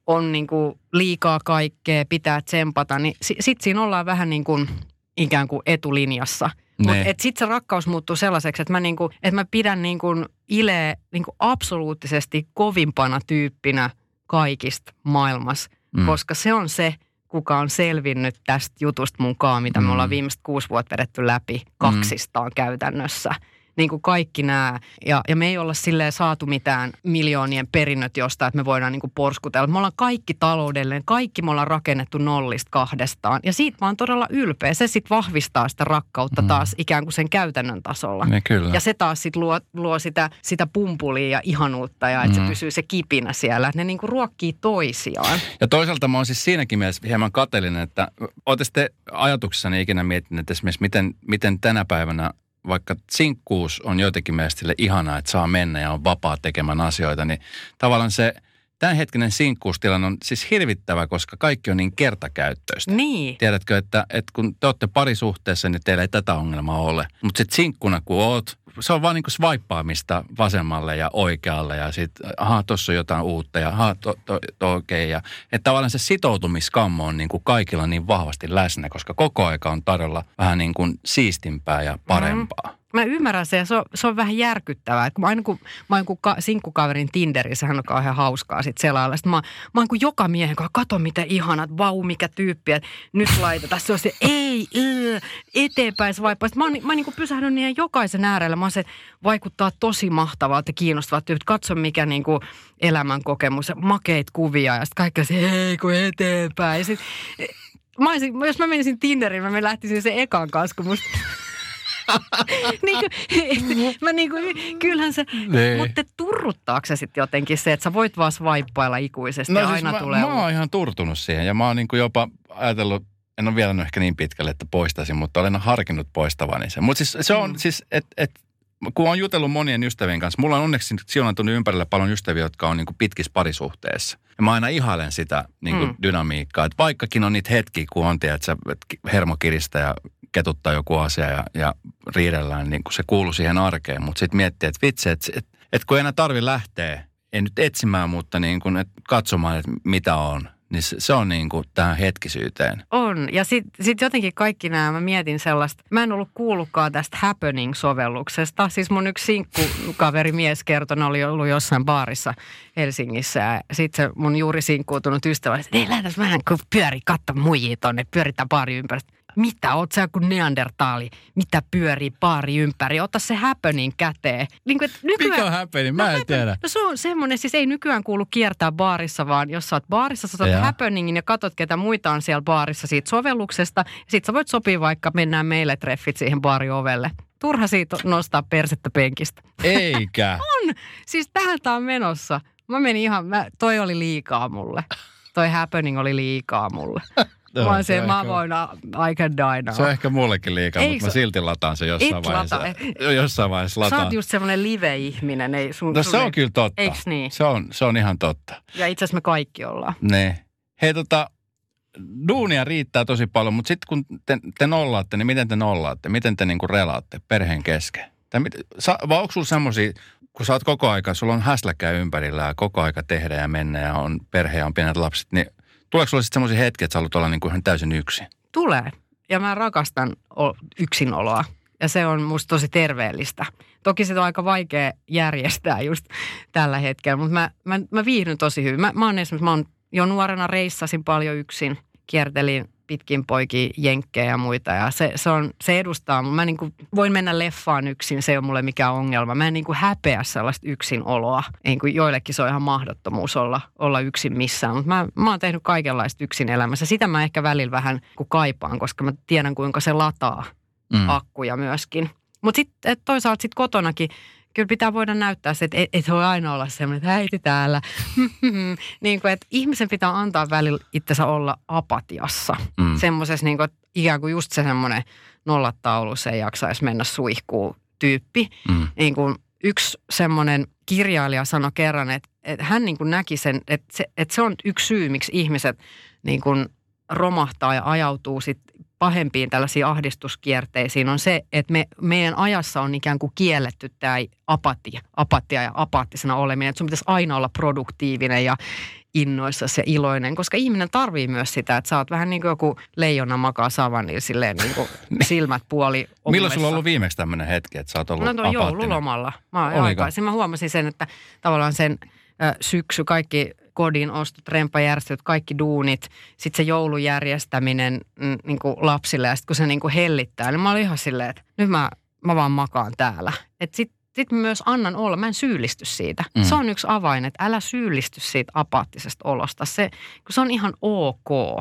on niin kuin liikaa kaikkea, pitää tsempata, niin sitten siinä ollaan vähän niin kuin ikään kuin etulinjassa. Mutta sitten se rakkaus muuttuu sellaiseksi, että mä pidän niin kuin Ileä niin kuin absoluuttisesti kovimpana tyyppinä kaikista maailmassa, koska se on se, kuka on selvinnyt tästä jutusta mukaan, mitä me ollaan viimeiset 6 vuotta vedetty läpi kaksistaan käytännössä. Niin kuin kaikki nämä. Ja me ei olla silleen saatu mitään miljoonien perinnöt jostain, että me voidaan niin kuin porskutella. Me ollaan kaikki taloudellinen, kaikki me ollaan rakennettu 0-2. Ja siitä mä oon todella ylpeä. Se sitten vahvistaa sitä rakkautta taas ikään kuin sen käytännön tasolla. Ne, kyllä. Ja se taas sitten luo sitä pumpulia ja ihanuutta ja että se pysyy se kipinä siellä. Että ne niin kuin ruokkii toisiaan. Ja toisaalta mä oon siis siinäkin mielessä hieman kateellinen, että ootte sitten ajatuksessani ikinä miettineet esimerkiksi, miten tänä päivänä vaikka sinkkuus on jotenkin mielestä sille ihanaa, että saa mennä ja on vapaa tekemään asioita, niin tavallaan se tämänhetkinen sinkkuustilanne on siis hirvittävä, koska kaikki on niin kertakäyttöistä. Niin. Tiedätkö, että kun te olette parisuhteessa, niin teillä ei tätä ongelmaa ole. Mutta sitten sinkkuna kun oot, se on vaan niin kuin swipeaamista vasemmalle ja oikealle ja sitten, tuossa on jotain uutta ja okei. Ja että tavallaan se sitoutumiskammo on niin kuin kaikilla niin vahvasti läsnä, koska koko aika on tarjolla vähän niin kuin siistimpää ja parempaa. Mä ymmärrän sen ja se on vähän järkyttävää. Aina kun mä oon sinkkukaverin Tinderissä, hän on kauhean hauskaa sit selailla. Sitten mä oon kuin joka miehen kanssa, kato mitä ihanat, vau mikä tyyppi, että nyt laitetaan. Se on se eteenpäin se vaipaa. Mä oon niin kuin pysähdyn niiden jokaisen äärellä. Mä oon se, vaikuttaa tosi mahtavalta ja kiinnostavalta tyyppi. Katso mikä niin kuin elämän kokemus, makeit kuvia ja sitten kaikki se, hei kun eteenpäin. Ja sit, jos mä menisin Tinderiin, mä lähtisin sen ekan kanssa, kun musta... kyllähän se, mutta turruttaako se sitten jotenkin se, että sä voit vaan swipeailla ikuisesti ja aina tulee... Mä oon ihan turtunut siihen ja mä oon niin kuin jopa ajatellut, en ole vielä ehkä niin pitkälle, että poistaisin, mutta olen harkinnut poistavani sen. Mutta siis se on siis, että kun on jutellut monien ystävien kanssa, mulla on onneksi siunantunut ympärillä paljon ystäviä, jotka on niin kuin pitkissä parisuhteessa. Ja mä aina ihailen sitä niin kuin dynamiikkaa, että vaikkakin on niitä hetkiä, kun on, että hermo kiristää ja ketuttaa joku asia ja riidellään, niin kuin se kuuluu siihen arkeen. Mutta sitten miettii, että vitsi, että kun ei enää tarvi lähteä, ei nyt etsimään, mutta niin kuin, että katsomaan, että mitä on. Niin se on niin kuin tähän hetkisyyteen. On. Ja sit jotenkin kaikki nämä, mä mietin sellaista, mä en ollut kuullutkaan tästä Happening-sovelluksesta. Siis mun yksi sinkkukaveri mies kertoi, oli ollut jossain baarissa Helsingissä. Ja sitten se mun juuri sinkkuutunut ystävä, että ei lähdäs vähän, kun katso muijia tonne, pyöritään baari ympäri. Mitä, oot sä kuin neandertaali? Mitä pyörii baari ympäri? Ota se Happening käteen. Niin kuin, mikä on Happening? Mä en tiedä. No se on semmoinen, siis ei nykyään kuulu kiertää baarissa, vaan jos sä oot baarissa, sä otat Happeningin ja katot, ketä muita on siellä baarissa siitä sovelluksesta. Sit sä voit sopia vaikka, mennään meille treffit siihen baariovelle. Turha siitä nostaa persettä penkistä. Eikä. On. Siis tähän tää on menossa. Mä menin toi oli liikaa mulle. Toi Happening oli liikaa mulle. Mä voin, I can die now. Se on ehkä mullekin liikaa, mutta mä silti lataan se jossain vaiheessa lataan. Sä oot just semmoinen live-ihminen. Se on kyllä totta. Eiks niin? Se on ihan totta. Ja itse asiassa me kaikki ollaan. Ne. Hei duunia riittää tosi paljon, mutta sitten kun te nollaatte, niin miten te nollaatte? Miten te niinku relaatte perheen kesken? Vai onko sulla semmosia, kun sä oot koko aika, sulla on häsläkkää ympärillä ja koko aika tehdä ja mennä ja on perhe ja on pienet lapset, niin tuleeko sulla sitten semmoisia hetkiä, että sä haluat olla niinku ihan täysin yksin? Tulee. Ja mä rakastan yksinoloa. Ja se on musta tosi terveellistä. Toki se on aika vaikea järjestää just tällä hetkellä, mutta mä viihdyn tosi hyvin. Mä oon jo nuorena reissasin paljon yksin. Kiertelin pitkin poikia jenkkejä ja muita. Ja se edustaa. Mä niin voin mennä leffaan yksin, se ei ole mulle mikään ongelma. Mä en niin häpeä sellaista yksinoloa. Niin joillekin se on ihan mahdottomuus olla yksin missään. Mutta mä oon tehnyt kaikenlaista yksin elämässä. Sitä mä ehkä välillä vähän kaipaan, koska mä tiedän kuinka se lataa akkuja myöskin. Mutta sitten toisaalta sitten kotonakin kyllä pitää voida näyttää se, että et voi aina olla semmoinen, että äiti täällä. Niin kuin, että ihmisen pitää antaa välillä itsensä olla apatiassa. Semmoisessa niin kuin, ikään kuin just se semmoinen nollataulu, se ei jaksaisi mennä suihkuun tyyppi. Niin kuin yksi semmoinen kirjailija sanoi kerran, että hän niin kuin näki sen, että se on yksi syy, miksi ihmiset niin kuin romahtaa ja ajautuu sitten pahempiin tällaisiin ahdistuskierteisiin on se, että meidän ajassa on ikään kuin kielletty tämä apatia ja apaattisena oleminen. Että sun pitäisi aina olla produktiivinen ja innoissasi ja iloinen, koska ihminen tarvii myös sitä, että sä oot vähän niin kuin joku leijona makaa savannilla silleen niin kuin silmät puoli omessa. Milloin sulla on ollut viimeksi tämmöinen hetki, että sä oot ollut apaattinen? Joululomalla. Mä huomasin sen, että tavallaan sen syksy, kaikki kodin ostot, rempajärjestelyt, kaikki duunit, sitten se joulujärjestäminen niin kuin lapsille ja sitten kun se niin kuin hellittää, niin mä olin ihan silleen, että nyt mä vaan makaan täällä. Että sitten myös annan olla, mä en syyllisty siitä. Se on yksi avain, että älä syyllisty siitä apaattisesta olosta. Kun se on ihan ok,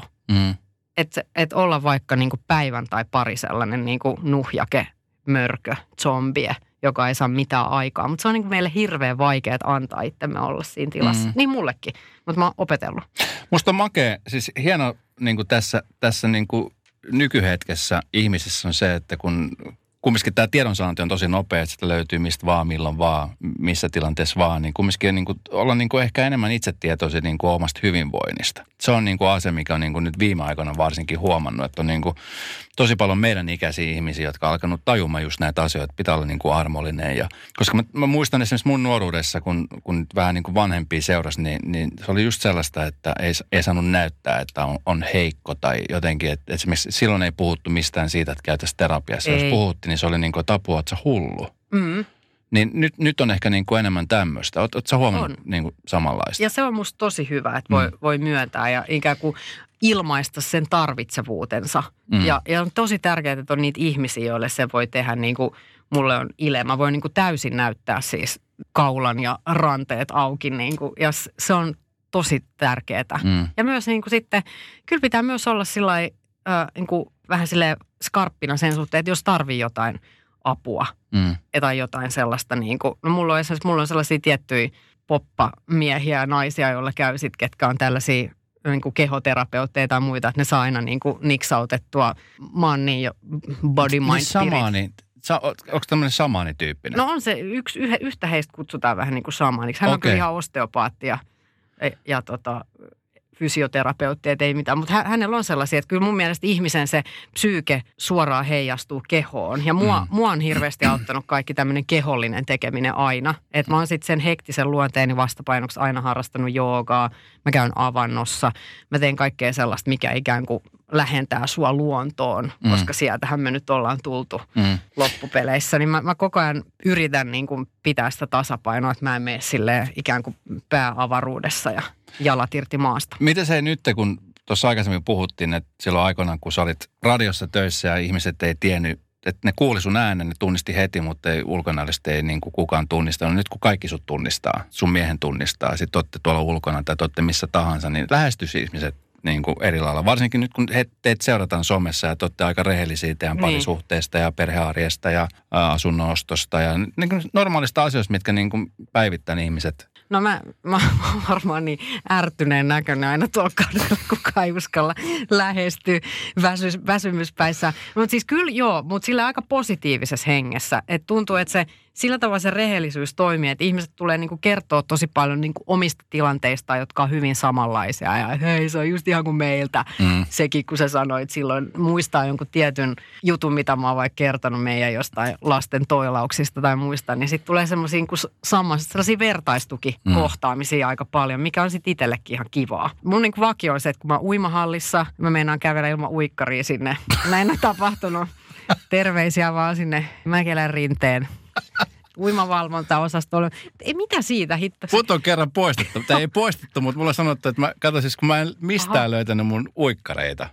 että olla vaikka niin kuin päivän tai pari sellainen niin kuin nuhjake, mörkö, zombie, joka ei saa mitään aikaa. Mutta se on niin kuin meille hirveän vaikea antaa itsemme olla siinä tilassa. Niin mullekin, mutta mä oon opetellut. Musta on makea, siis hieno niin kuin tässä niin kuin nykyhetkessä ihmisissä on se, että kun kumminkin tämä tiedonsaanti on tosi nopea, että sitä löytyy mistä vaan, milloin vaan, missä tilanteessa vaan, niin kumminkin niin kuin, olla niin kuin ehkä enemmän itsetietoisia niin kuin omasta hyvinvoinnista. Se on niin kuin asia, mikä on niin kuin nyt viime aikoina varsinkin huomannut, että on niin kuin tosi paljon meidän ikäisiä ihmisiä, jotka on alkanut tajumaan just näitä asioita, pitää olla niin kuin armollinen. Ja, koska mä muistan esimerkiksi mun nuoruudessa, kun vähän niin kuin vanhempia seurasi, niin se oli just sellaista, että ei saanut näyttää, että on heikko tai jotenkin, että esimerkiksi silloin ei puhuttu mistään siitä, että käytäisiin terapiassa. Jos puhuttiin, niin se oli niin kuin tapua, että sä hullu. Niin nyt on ehkä niin kuin enemmän tämmöistä. Oletko sä huomannut niin kuin samanlaista? Ja se on musta tosi hyvä, että voi myöntää ja ikään kuin ilmaista sen tarvitsevuutensa. Ja on tosi tärkeää, että on niitä ihmisiä, joille se voi tehdä niin kuin mulle on ile. Mä voin niin kuin täysin näyttää siis kaulan ja ranteet auki niin kuin, ja se on tosi tärkeää. Ja myös niin kuin sitten, kyllä pitää myös olla sillai, niin kuin vähän silleen skarppina sen suhteen, että jos tarvii jotain apua tai jotain sellaista niin kuin, no mulla on sellaisia tiettyjä poppamiehiä ja naisia, joilla käy sitten, ketkä on tällaisia niin kuin kehoterapeutteja tai muita, että ne saa aina niin kuin niksautettua money ja body, mind, spirit. Onko tämmöinen shamaanityyppinen? No on se, yhtä heistä kutsutaan vähän niin kuin shamaaniksi. Hän on kyllä ihan osteopaatti ja fysioterapeutti, ei mitään, mutta hänellä on sellaisia, että kyllä mun mielestä ihmisen se psyyke suoraan heijastuu kehoon. Ja mua on hirveästi auttanut kaikki tämmöinen kehollinen tekeminen aina. Että mä oon sitten sen hektisen luonteeni vastapainoksi aina harrastanut joogaa. Mä käyn avannossa. Mä teen kaikkea sellaista, mikä ikään kuin lähentää sua luontoon, koska sieltähän me nyt ollaan tultu loppupeleissä. Niin mä koko ajan yritän niin kuin pitää sitä tasapainoa, että mä en mene silleen ikään kuin pääavaruudessa ja jalat irti maasta. Miten se nyt, kun tuossa aikaisemmin puhuttiin, että silloin aikoinaan, kun sä olit radiossa töissä ja ihmiset ei tiennyt, että ne kuuli sun äänen, ne tunnisti heti, mutta ei ulkonäöllisesti ei niin kuin kukaan tunnistanut. Nyt kun kaikki sut tunnistaa, sun miehen tunnistaa, sit olette tuolla ulkona tai olette missä tahansa, niin lähestyisi ihmiset niin kuin eri lailla. Varsinkin nyt, kun teitä seurataan somessa ja te olette aika rehellisiä teidän parisuhteesta ja perhearjesta ja asunnon ostosta ja niin kuin normaalista asioista, mitkä niin kuin päivittäin ihmiset. No mä oon varmaan niin ärtyneen näköinen aina tuolla kaudella, kukaan ei uskalla lähestyä väsymyspäissä. Mutta siis kyllä joo, mutta sillä aika positiivisessa hengessä. Että tuntuu, että se sillä tavalla se rehellisyys toimii, että ihmiset tulee niinku kertoa tosi paljon niinku omista tilanteista, jotka on hyvin samanlaisia. Ja hei, se on just ihan kuin meiltä. Sekin, kun sä sanoit silloin, muistaa jonkun tietyn jutun, mitä mä oon vaikka kertonut meidän jostain lasten toilauksista tai muista, niin sitten tulee semmoisia niinku sellaisia vertaistukikohtaamisia aika paljon, mikä on sitten itsellekin ihan kivaa. Mun niinku vakio on se, että kun mä oon uimahallissa, mä meinaan kävellä ilman uikkaria sinne. Näin on tapahtunut. Terveisiä vaan sinne Mäkelän rinteen. Uimavalvontaosastolle. Ei mitä siitä hitto. Mut on kerran poistettu. Tämä ei poistettu, mutta mulla on sanottu, että siis kun mä en mistään löytänyt mun uikkareita.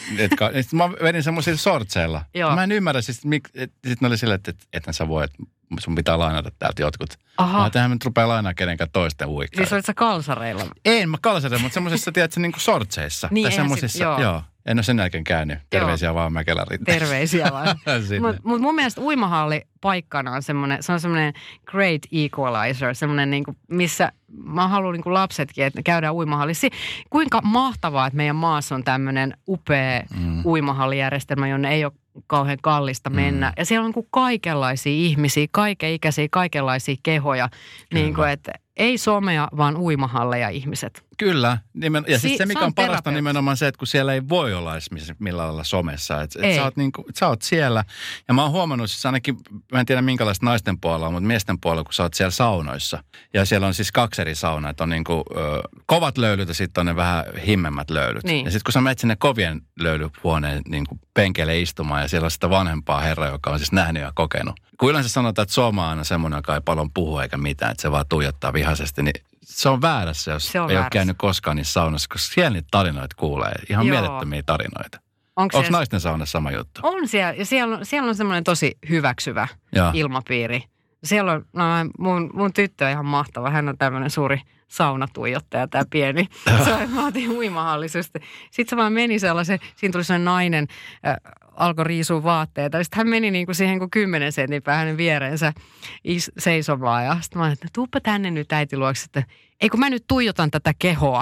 Mä vedin semmoisilla sortseilla. Mä en ymmärrä, sitten ne oli silleen, että ethän sä voi, että sun pitää lainata täältä jotkut. Tähän nyt rupeaa lainaa kenenkään toisten uikkareita. Siis olit sä kalsareilla? En mä kalsareilla, mutta semmoisessa, tiedätkö, niin kuin sortseissa. Niin, tai semmoisissa, joo. En ole sen jälkeen käynyt. Terveisiä vaan Mäkelän rinteessä. Terveisiä vaan. Mutta mun mielestä uimahalli paikkana on semmoinen great equalizer, semmoinen niinku, missä mä haluan niinku lapsetkin, että käydään uimahallissa. Kuinka mahtavaa, että meidän maassa on tämmöinen upea uimahallijärjestelmä, jonne ei ole kauhean kallista mennä. Ja siellä on niinku kaikenlaisia ihmisiä, kaikenikäisiä, kaikenlaisia kehoja. Niinku, että ei somea, vaan uimahalleja ihmiset. Kyllä. Ja siis se, mikä on parasta terapeutti. nimenomaan se, että kun siellä ei voi olla esimerkiksi millään lailla somessa. Että sä oot siellä. Ja mä oon huomannut, siis ainakin, mä en tiedä minkälaista naisten puolella, mutta miesten puolella, kun sä oot siellä saunoissa. Ja siellä on siis 2 eri saunaa, että on niinku kovat löylyt ja sitten on ne vähän himmemmät löylyt. Niin. Ja sitten kun sä menet sinne kovien löylyhuoneen niinku penkeille istumaan ja siellä on sitä vanhempaa herraa, joka on siis nähnyt ja kokenut. Kun yleensä sanotaan, että Soma on aina semmoinen, joka ei paljon puhu eikä mitään, että se vaan tuijottaa vihaisesti, niin se on väärässä, jos ei ole käynyt koskaan niissä saunassa, koska siellä niitä tarinoita kuulee. Ihan mielettömiä tarinoita. Onko naisten saunassa sama juttu? On siellä, ja siellä on semmoinen tosi hyväksyvä ilmapiiri. Siellä on, mun tyttö on ihan mahtava. Hän on tämmöinen suuri saunatuijottaja, tämä pieni. Mä otin uimahallisesti. Sitten se vaan meni sellaisen, siinä tuli sellainen nainen, alkoi riisua vaatteita. Sitten hän meni niin kuin siihen kuin 10 sentin päähän hänen viereensä seisomaan. Ja sitten mä olin, että tuuppa tänne nyt äiti luoksi, että ei kun mä nyt tuijotan tätä kehoa.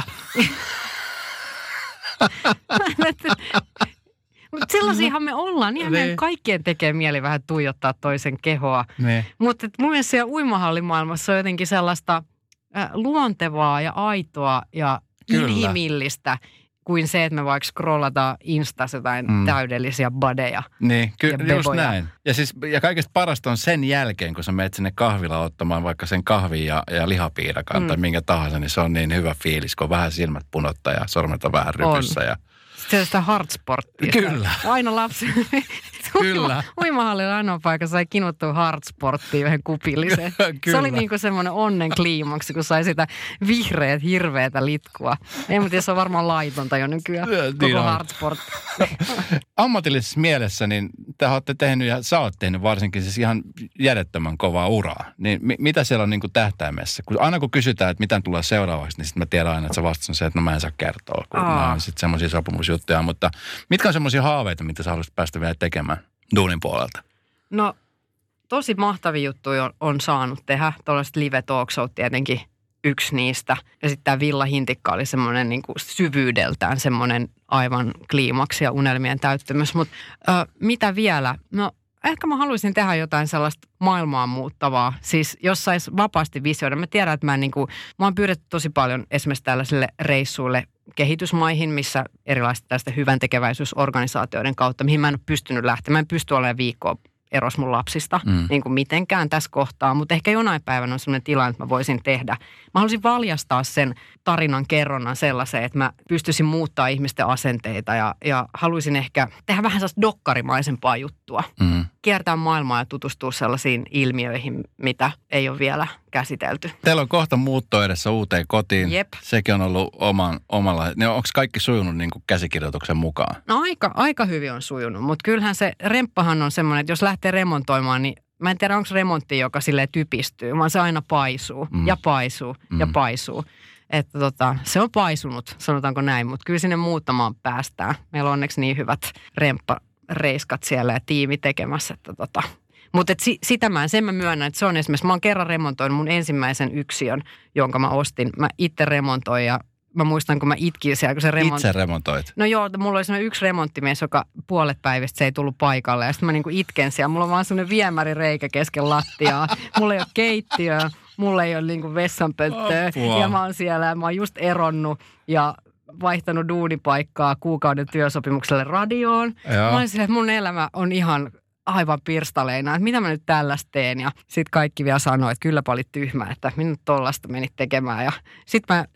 Mutta sellaisiahan me ollaan. Niinhän meidän kaikkien tekee mieli vähän tuijottaa toisen kehoa. Mutta mun mielestä siellä uimahallimaailmassa on jotenkin sellaista luontevaa ja aitoa ja inhimillistä kuin se, että me vaikka scrollataan Instassa jotain täydellisiä badeja. Niin, kyllä just näin. Ja kaikesta parasta on sen jälkeen, kun sä menet sinne kahvilaan ottamaan vaikka sen kahvin ja lihapiirakan tai minkä tahansa, niin se on niin hyvä fiilis, kun vähän silmät punottaa ja sormet on vähän rypyssä ja se sitä hardsporttia. Kyllä. Aina lapsi. Kyllä. Uimahallilla ainoa paikka sai kinuttua hardsporttia yhden kupillisen. Se oli niinku semmoinen onnen kliimaksi, kun sai sitä vihreät, hirveätä litkua. En tiedä, se on varmaan laitonta jo nykyään, koko hardsport. Ammatillisessa mielessä, niin te olette tehnyt ja sä oot tehnyt varsinkin siis ihan järjettömän kovaa uraa. Niin mitä siellä on niinku tähtäimessä? Aina kun kysytään, että mitä tulee seuraavaksi, niin sitten mä tiedän aina, että se vastaus on se, että no mä en saa kertoa. Kun nämä on sitten semmoisia sopimusjuttuja. Mutta mitkä on semmoisia haaveita, mitä sä haluaisit päästä vielä tekemään duunin puolelta? No tosi mahtavia juttuja on saanut tehdä. Tuollaiset live talk show tietenkin yksi niistä. Ja sitten tämä Villa Hintikka oli semmoinen niin kuin syvyydeltään semmoinen aivan kliimaksi ja unelmien täyttymys. Mutta mitä vielä? No ehkä mä haluaisin tehdä jotain sellaista maailmaa muuttavaa. Siis jos sais vapaasti visioida. Mä tiedän, että mä oon pyydetty tosi paljon esimerkiksi tällaisille reissuille kehitysmaihin, missä erilaisten tästä hyväntekeväisyysorganisaatioiden kautta, mihin mä en ole pystynyt lähtemään. Mä en pysty olemaan viikkoa eros mun lapsista niin kuin mitenkään tässä kohtaa, mutta ehkä jonain päivänä on sellainen tilanne, että mä voisin tehdä. Mä haluaisin valjastaa sen tarinan kerronnan sellaiseen, että mä pystyisin muuttaa ihmisten asenteita ja haluaisin ehkä tehdä vähän sellaista dokkarimaisempaa juttua. Kiertää maailmaa ja tutustua sellaisiin ilmiöihin, mitä ei ole vielä käsitelty. Teillä on kohta muutto edessä uuteen kotiin. Jep. Sekin on ollut omalla. Onko kaikki sujunut niin kuin käsikirjoituksen mukaan? No aika hyvin on sujunut, mutta kyllähän se remppahan on semmoinen, että jos lähtee remontoimaan, niin mä en tiedä, onko remontti, joka silleen typistyy, vaan se aina paisuu ja paisuu ja paisuu. Että se on paisunut, sanotaanko näin, mutta kyllä sinne muuttamaan päästään. Meillä on onneksi niin hyvät reiskat siellä ja tiimi tekemässä, että Mutta sen mä myönnän, että se on esimerkiksi, mä oon kerran remontoinut mun ensimmäisen yksiön, jonka mä ostin. Mä itse remontoin ja mä muistan, kun mä itkin siellä, kun se Itse remontoit? No joo, mulla oli sellainen yksi remonttimies, joka puolet päivistä se ei tullut paikalle. Ja sitten mä niinku itken siellä. Mulla on vaan sellainen viemärireikä kesken lattiaa. Mulla ei ole keittiöä, mulla ei ole niinku vessanpönttöä. Ja mä oon siellä ja mä oon just eronnut ja vaihtanut duunipaikkaa kuukauden työsopimukselle radioon. Joo. Mä olin silleen, että mun elämä on ihan aivan pirstaleina, että mitä mä nyt tällaista teen. Ja sitten kaikki vielä sanoi, että kylläpä oli tyhmä, että minut tollasta menit tekemään. Ja sitten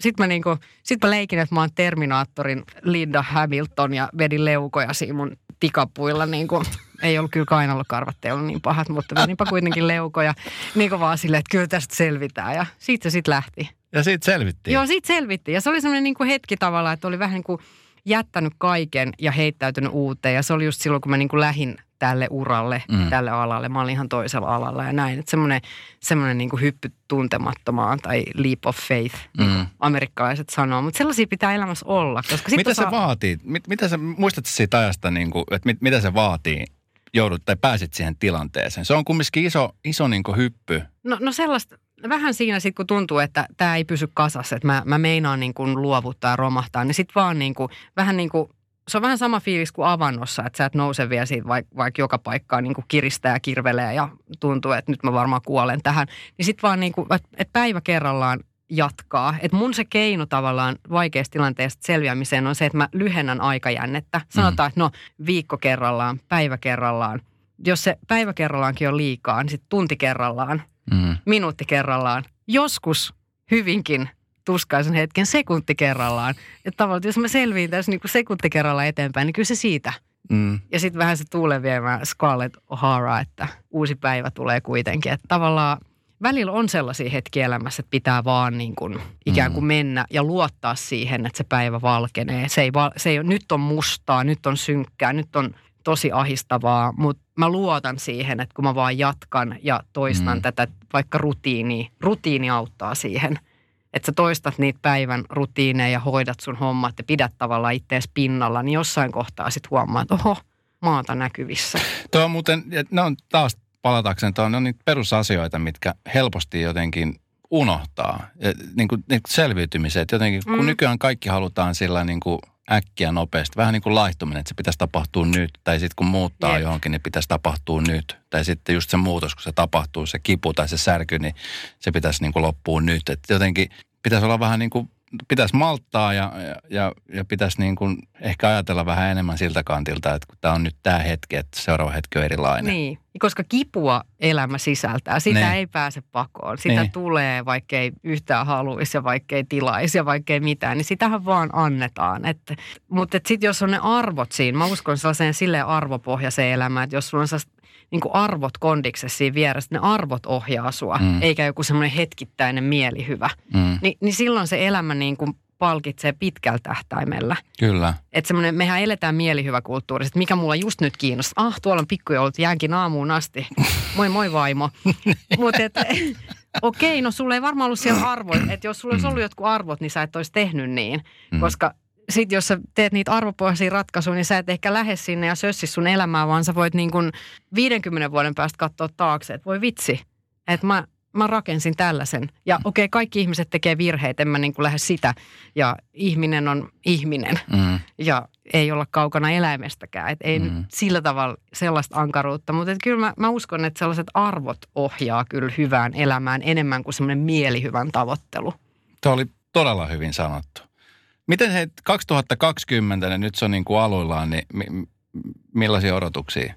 mä leikin, että mä oon Terminaattorin Linda Hamilton ja vedin leukoja siinä mun tikapuilla. Ei ollut kyllä kainalokarvat, ei ollut niin pahat, mutta vedinpä kuitenkin leukoja. Vaan silleen, että kyllä tästä selvitään. Ja siitä se sitten lähti. Ja siitä selvittiin? Joo, siitä selvittiin. Ja se oli semmoinen hetki tavallaan, että oli vähän niin kuin jättänyt kaiken ja heittäytynyt uuteen. Ja se oli just silloin, kun mä lähdin tälle uralle, tälle alalle. Mä olin ihan toisella alalla ja näin. Että semmoinen niin kuin hyppy tuntemattomaan tai leap of faith, niin kuin amerikkalaiset sanoo. Mutta sellaisia pitää elämässä olla. Koska mitä se vaatii? Mitä sä muistat siitä ajasta, niin kuin, että mitä se vaatii? Joudut tai pääsit siihen tilanteeseen. Se on kumminkin iso niin kuin hyppy. No sellaista, vähän siinä sitten kun tuntuu, että tämä ei pysy kasassa, että mä meinaan niin kuin luovuttaa ja romahtaa, niin sitten vaan niin kuin, vähän niin kuin, se on vähän sama fiilis kuin avannossa, että sä et nouse vielä siitä vaikka joka paikkaa niin kuin kiristää ja kirvelee ja tuntuu, että nyt mä varmaan kuolen tähän. Niin sitten vaan niin kuin, että päivä kerrallaan jatkaa. Että mun se keino tavallaan vaikeasta tilanteesta selviämiseen on se, että mä lyhennän aikajännettä. Sanotaan, että viikko kerrallaan, päivä kerrallaan. Jos se päivä kerrallaankin on liikaa, niin sitten tunti kerrallaan, minuutti kerrallaan. Joskus hyvinkin tuskaisen hetken sekunti kerrallaan. Että tavallaan, jos mä selviin tässä niin kuin sekunti kerrallaan eteenpäin, niin kyllä se siitä. Ja sitten vähän se tuulen viemään Scarlett O'Hara, että uusi päivä tulee kuitenkin. Että tavallaan välillä on sellaisia hetkiä elämässä, että pitää vaan niin kuin ikään kuin mennä ja luottaa siihen, että se päivä valkenee. Se ei ole, nyt on mustaa, nyt on synkkää, nyt on tosi ahistavaa, mutta mä luotan siihen, että kun mä vaan jatkan ja toistan tätä vaikka rutiini auttaa siihen. Että sä toistat niitä päivän rutiineja ja hoidat sun hommat ja pidät tavallaan ittees pinnalla, niin jossain kohtaa sit huomaa, että oho, maata näkyvissä. Tuo on muuten, ne on taas palatakseni, ne on niitä perusasioita, mitkä helposti jotenkin unohtaa. Niin kuin selviytymiset, jotenkin kun nykyään kaikki halutaan sillä niin kuin äkkiä nopeasti, vähän niin kuin laihtuminen, että se pitäisi tapahtua nyt, tai sitten kun muuttaa johonkin, niin pitäisi tapahtua nyt. Tai sitten just se muutos, kun se tapahtuu, se kipu tai se särky, niin se pitäisi niin kuin loppua nyt. Että jotenkin pitäisi olla vähän niin kuin, pitäisi malttaa ja pitäisi niin kuin ehkä ajatella vähän enemmän siltä kantilta, että kun tämä on nyt tämä hetki, että seuraava hetki on erilainen. Niin, koska kipua elämä sisältää. Sitä ei pääse pakoon. Sitä tulee, vaikkei yhtään haluaisi ja vaikkei tilaisi ja vaikkei mitään, niin sitähän vaan annetaan. Mutta sitten jos on ne arvot siinä, mä uskon sellaiseen silleen arvopohjaiseen elämään, että jos sulla on niin kuin arvot kondiksessa siinä vieressä, ne arvot ohjaa sua, eikä joku semmoinen hetkittäinen mielihyvä. Niin silloin se elämä niin kuin palkitsee pitkällä tähtäimellä. Kyllä. Että semmoinen, mehän eletään mielihyväkulttuurista, että mikä mulla just nyt kiinnostaa. Tuolla on pikkujoulut, jäänkin aamuun asti. Moi vaimo. Mutta okei, no sulla ei varmaan ollut siellä arvoja. Että jos sulla olisi ollut jotkut arvot, niin sä et olisi tehnyt niin. Koska sitten jos sä teet niitä arvopohjaisia ratkaisuja, niin sä et ehkä lähde sinne ja sössi sun elämää, vaan sä voit niin kuin 50 vuoden päästä katsoa taakse, että voi vitsi, että mä rakensin tällaisen. Ja okei, kaikki ihmiset tekee virheitä, en mä niin kuin lähde sitä. Ja ihminen on ihminen. Ja ei olla kaukana eläimestäkään. Et ei nyt sillä tavalla sellaista ankaruutta. Mutta kyllä mä uskon, että sellaiset arvot ohjaa kyllä hyvään elämään enemmän kuin semmoinen mielihyvän tavoittelu. Tuo oli todella hyvin sanottu. Miten 2020, ja nyt se on niin kuin aluillaan, niin millaisia odotuksia?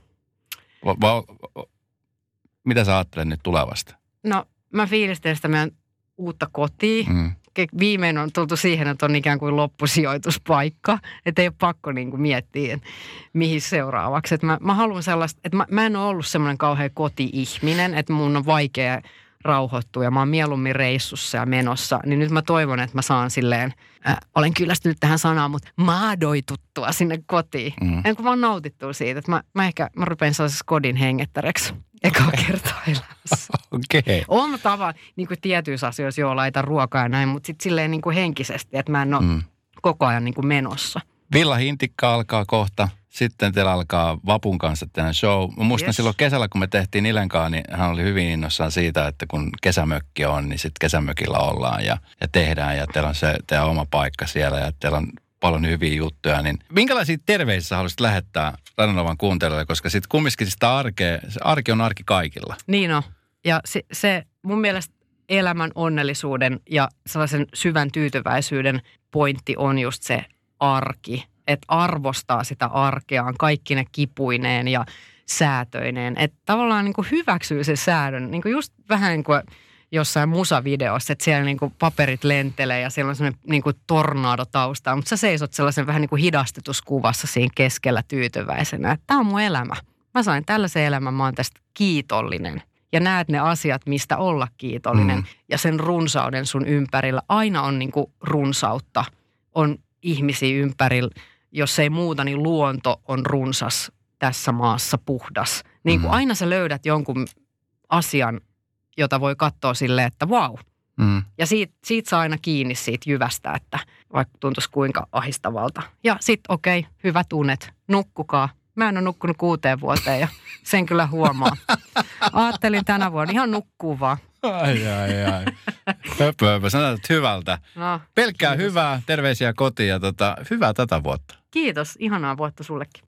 Mitä sä ajattelet nyt tulevasta? No mä fiilistelen sitä meidän uutta kotia. Viimein on tultu siihen, että on ikään kuin loppusijoituspaikka. Että ei ole pakko niin kuin miettiä, että mihin seuraavaksi. Että mä haluan sellaista, että mä en ole ollut semmoinen kauhean koti-ihminen, että mun on vaikea rauhoittua ja mä oon mieluummin reissussa ja menossa. Niin nyt mä toivon, että mä saan silleen, olen kyllästynyt tähän sanaan, mutta maadoituttua sinne kotiin. En kun vaan nautittua siitä, että mä rupean sellaisessa kodin hengettäreksi. Ekaa kertaa elämässä. Okei. On tava, niin kuin tietyissä asioissa, joo, laita ruokaa ja näin, mutta sitten silleen niin kuin henkisesti, että mä en ole koko ajan niin kuin menossa. Villa Hintikka alkaa kohta. Sitten teillä alkaa Vapun kanssa tämän show. Mä muistan silloin kesällä, kun me tehtiin Ilenkaan, niin hän oli hyvin innossaan siitä, että kun kesämökki on, niin sitten kesämökillä ollaan ja tehdään. Ja teillä on se teidän oma paikka siellä ja teillä on paljon hyviä juttuja. Niin minkälaisia terveisiä haluaisit lähettää Radio Novan kuuntelijoille, koska sitten kumminkin sitä arki on arki kaikilla. Niin on. Ja se mun mielestä elämän onnellisuuden ja sellaisen syvän tyytyväisyyden pointti on just se arki. Että arvostaa sitä arkeaan kaikkine kipuineen ja säätöineen. Että tavallaan niin kuin hyväksyy sen säädön. Niin kuin just vähän niin kuin jossain musavideossa, että siellä niin kuin paperit lentelee ja siellä on sellainen niin kuin tornado taustalla. Mutta sä seisot sellaisen vähän niin kuin hidastetuskuvassa siinä keskellä tyytyväisenä. Että tämä on mun elämä. Mä sain tällaisen elämän, mä oon tästä kiitollinen. Ja näet ne asiat, mistä olla kiitollinen. Ja sen runsauden sun ympärillä. Aina on niin kuin runsautta. On ihmisiä ympärillä. Jos ei muuta, niin luonto on runsas tässä maassa, puhdas. Niin kuin aina sä löydät jonkun asian, jota voi katsoa silleen, että vau. Ja siitä saa aina kiinni siitä jyvästä, että vaikka tuntuisi kuinka ahistavalta. Ja sitten okei, hyvät unet, nukkukaa. Mä en ole nukkunut 6 vuoteen ja sen kyllä huomaa. Ajattelin tänä vuonna ihan nukkuu vaan. Ai. Höpö, sanotaan hyvältä. No, pelkkää kiitos. Hyvää, terveisiä kotiin ja hyvää tätä vuotta. Kiitos, ihanaa vuotta sullekin.